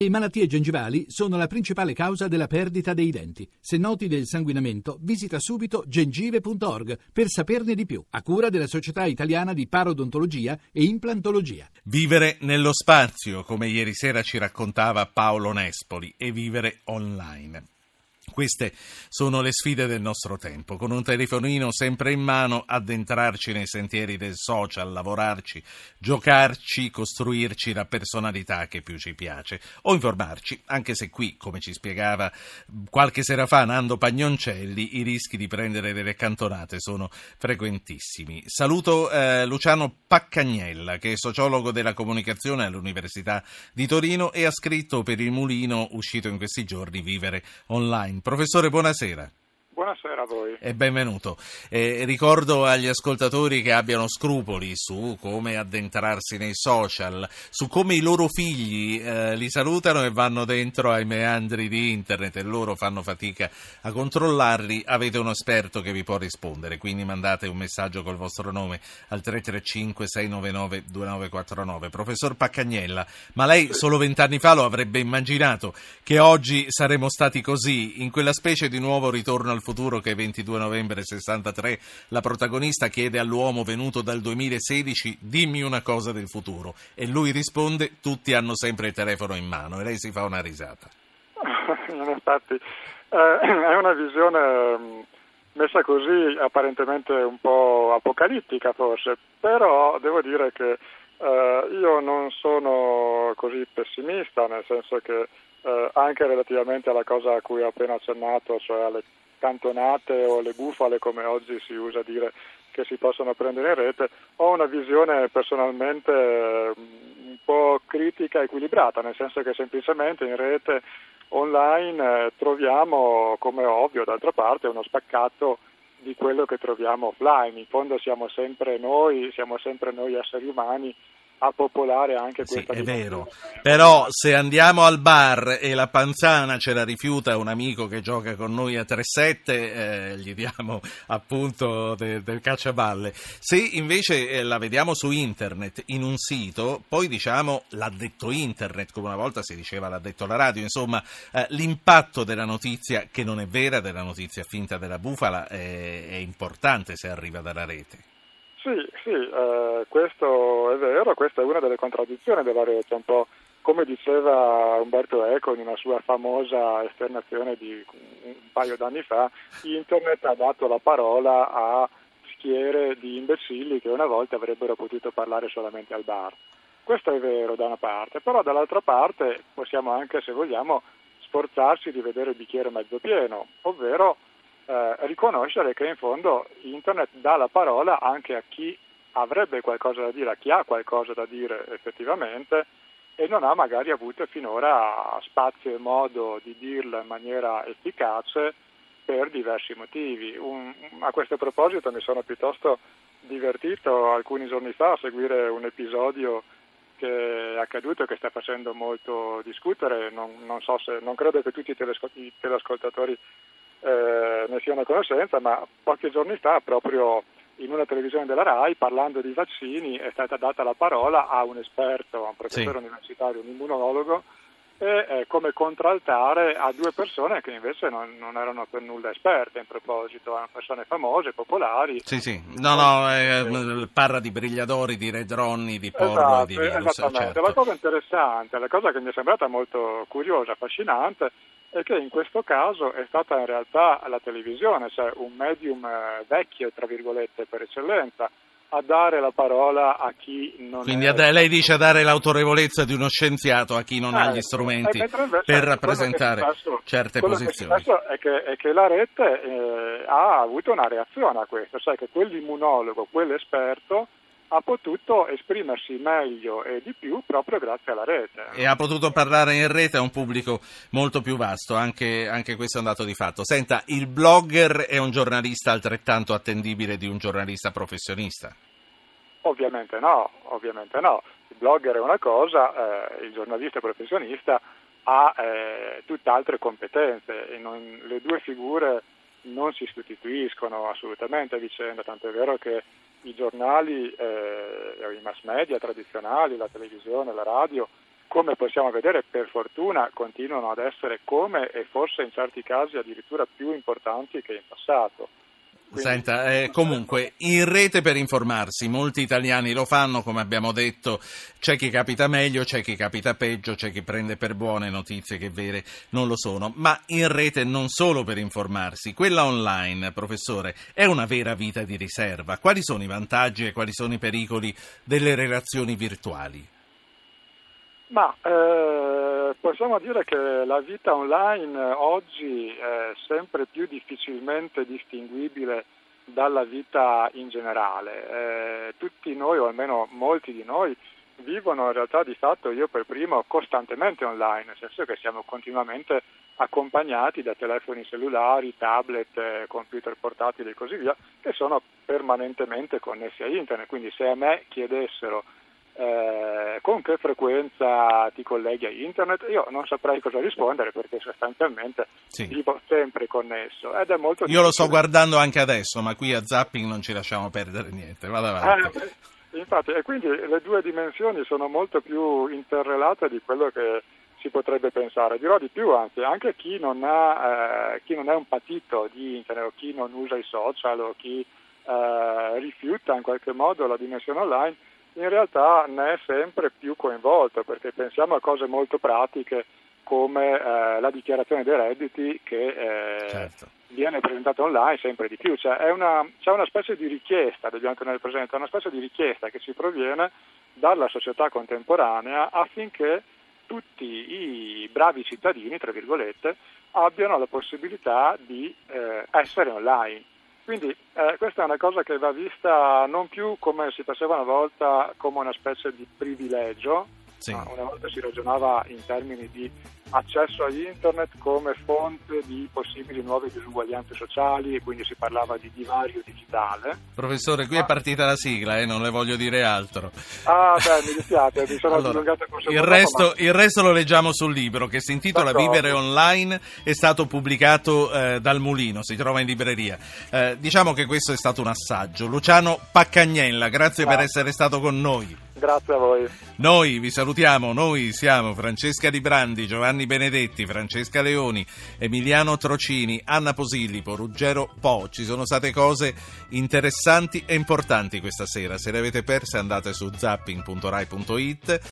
Le malattie gengivali sono la principale causa della perdita dei denti. Se noti del sanguinamento, visita subito gengive.org per saperne di più, a cura della Società Italiana di Parodontologia e Implantologia. Vivere nello spazio, come ieri sera ci raccontava Paolo Nespoli, e vivere online. Queste sono le sfide del nostro tempo, con un telefonino sempre in mano, addentrarci nei sentieri del social, lavorarci, giocarci, costruirci la personalità che più ci piace, o informarci, anche se qui, come ci spiegava qualche sera fa Nando Pagnoncelli, i rischi di prendere delle cantonate sono frequentissimi. Saluto Luciano Paccagnella, che è sociologo della comunicazione all'Università di Torino e ha scritto per Il Mulino, uscito in questi giorni, Vivere online. Professore, buonasera. Buonasera a voi. E benvenuto. Ricordo agli ascoltatori che abbiano scrupoli su come addentrarsi nei social, su come i loro figli li salutano e vanno dentro ai meandri di internet e loro fanno fatica a controllarli. Avete un esperto che vi può rispondere, quindi mandate un messaggio col vostro nome al 335 699 2949. Professor Paccagnella, ma lei solo 20 anni fa lo avrebbe immaginato che oggi saremmo stati così, in quella specie di nuovo ritorno al futuro che 22 novembre 63 la protagonista chiede all'uomo venuto dal 2016: dimmi una cosa del futuro, e lui risponde: tutti hanno sempre il telefono in mano, e lei si fa una risata. Infatti è una visione messa così apparentemente un po' apocalittica forse, però devo dire che io non sono così pessimista, nel senso che anche relativamente alla cosa a cui ho appena accennato, cioè alle cantonate o le bufale, come oggi si usa dire, che si possono prendere in rete, ho una visione personalmente un po' critica e equilibrata, nel senso che semplicemente in rete online troviamo, come ovvio d'altra parte, uno spaccato di quello che troviamo offline. In fondo siamo sempre noi esseri umani a popolare anche questa. Sì, è vero, però se andiamo al bar e la panzana ce la rifiuta un amico che gioca con noi a 3-7, gli diamo appunto del cacciaballe. Se invece la vediamo su internet, in un sito, poi diciamo l'ha detto internet, come una volta si diceva l'ha detto la radio, insomma l'impatto della notizia che non è vera, della notizia finta della bufala, è importante se arriva dalla rete. Sì, questo è vero, questa è una delle contraddizioni della rete, un po' come diceva Umberto Eco in una sua famosa esternazione di un paio d'anni fa: internet ha dato la parola a schiere di imbecilli che una volta avrebbero potuto parlare solamente al bar. Questo è vero da una parte, però dall'altra parte possiamo anche, se vogliamo, sforzarci di vedere il bicchiere mezzo pieno, ovvero riconoscere che in fondo internet dà la parola anche a chi avrebbe qualcosa da dire, a chi ha qualcosa da dire effettivamente e non ha magari avuto finora spazio e modo di dirla in maniera efficace per diversi motivi. A questo proposito mi sono piuttosto divertito alcuni giorni fa a seguire un episodio che è accaduto e che sta facendo molto discutere. Non credo che tutti i teleascoltatori ne siano a conoscenza, ma pochi giorni fa, proprio in una televisione della RAI, parlando di vaccini, è stata data la parola a un esperto, a un professore universitario, un immunologo, e come contraltare a due persone che invece non erano per nulla esperte in proposito, erano persone famose, popolari. Parla di Brigliadori, di Red Ronnie, di Porro e di virus. Esattamente. Certo. La cosa interessante, la cosa che mi è sembrata molto curiosa, affascinante, è che in questo caso è stata in realtà la televisione, cioè un medium vecchio, tra virgolette, per eccellenza, a dare la parola a chi non Quindi è... lei dice dare l'autorevolezza di uno scienziato a chi non ha gli strumenti per rappresentare certe posizioni. Quello che è successo è che la rete ha avuto una reazione a questo, cioè che quell'immunologo, quell'esperto, ha potuto esprimersi meglio e di più proprio grazie alla rete. E ha potuto parlare in rete a un pubblico molto più vasto, anche questo è un dato di fatto. Senta, il blogger è un giornalista altrettanto attendibile di un giornalista professionista? Ovviamente no. Il blogger è una cosa, il giornalista professionista ha tutt'altre competenze e le due figure non si sostituiscono assolutamente a vicenda, tanto è vero che i giornali, i mass media tradizionali, la televisione, la radio, come possiamo vedere, per fortuna continuano ad essere come e forse in certi casi addirittura più importanti che in passato. Quindi... Senta, comunque, in rete per informarsi, molti italiani lo fanno, come abbiamo detto, c'è chi capita meglio, c'è chi capita peggio, c'è chi prende per buone notizie che vere non lo sono, ma in rete non solo per informarsi, quella online, professore, è una vera vita di riserva. Quali sono i vantaggi e quali sono i pericoli delle relazioni virtuali? Ma possiamo dire che la vita online oggi è sempre più difficilmente distinguibile dalla vita in generale. Tutti noi, o almeno molti di noi, vivono in realtà di fatto, io per primo, costantemente online, nel senso che siamo continuamente accompagnati da telefoni cellulari, tablet, computer portatili e così via, che sono permanentemente connessi a internet. Quindi se a me chiedessero con che frequenza ti colleghi a internet, io non saprei cosa rispondere, perché sostanzialmente vivo sempre connesso ed è molto difficile. Io lo sto guardando anche adesso, ma qui a Zapping non ci lasciamo perdere niente. Vada avanti. Infatti, e quindi le due dimensioni sono molto più interrelate di quello che si potrebbe pensare. Dirò di più, anzi, anche chi non è un patito di internet, o chi non usa i social, o chi rifiuta in qualche modo la dimensione online, in realtà ne è sempre più coinvolto, perché pensiamo a cose molto pratiche come la dichiarazione dei redditi che viene presentata online sempre di più. C'è una specie di richiesta, dobbiamo tenere presente, una specie di richiesta che ci proviene dalla società contemporanea affinché tutti i bravi cittadini, tra virgolette, abbiano la possibilità di essere online. Quindi questa è una cosa che va vista non più come si faceva una volta, come una specie di privilegio. Una volta si ragionava in termini di accesso a internet come fonte di possibili nuove disuguaglianze sociali, e quindi si parlava di divario digitale. Professore, qui è partita la sigla, non le voglio dire altro. Mi dispiace, mi sono dilungato con il resto lo leggiamo sul libro che si intitola Vivere online, è stato pubblicato dal Mulino, si trova in libreria. Diciamo che questo è stato un assaggio. Luciano Paccagnella, grazie per essere stato con noi. Grazie a voi. Noi vi salutiamo, noi siamo Francesca Di Brandi, Giovanni Benedetti, Francesca Leoni, Emiliano Trocini, Anna Posillipo, Ruggero Po. Ci sono state cose interessanti e importanti questa sera. Se le avete perse andate su zapping.rai.it.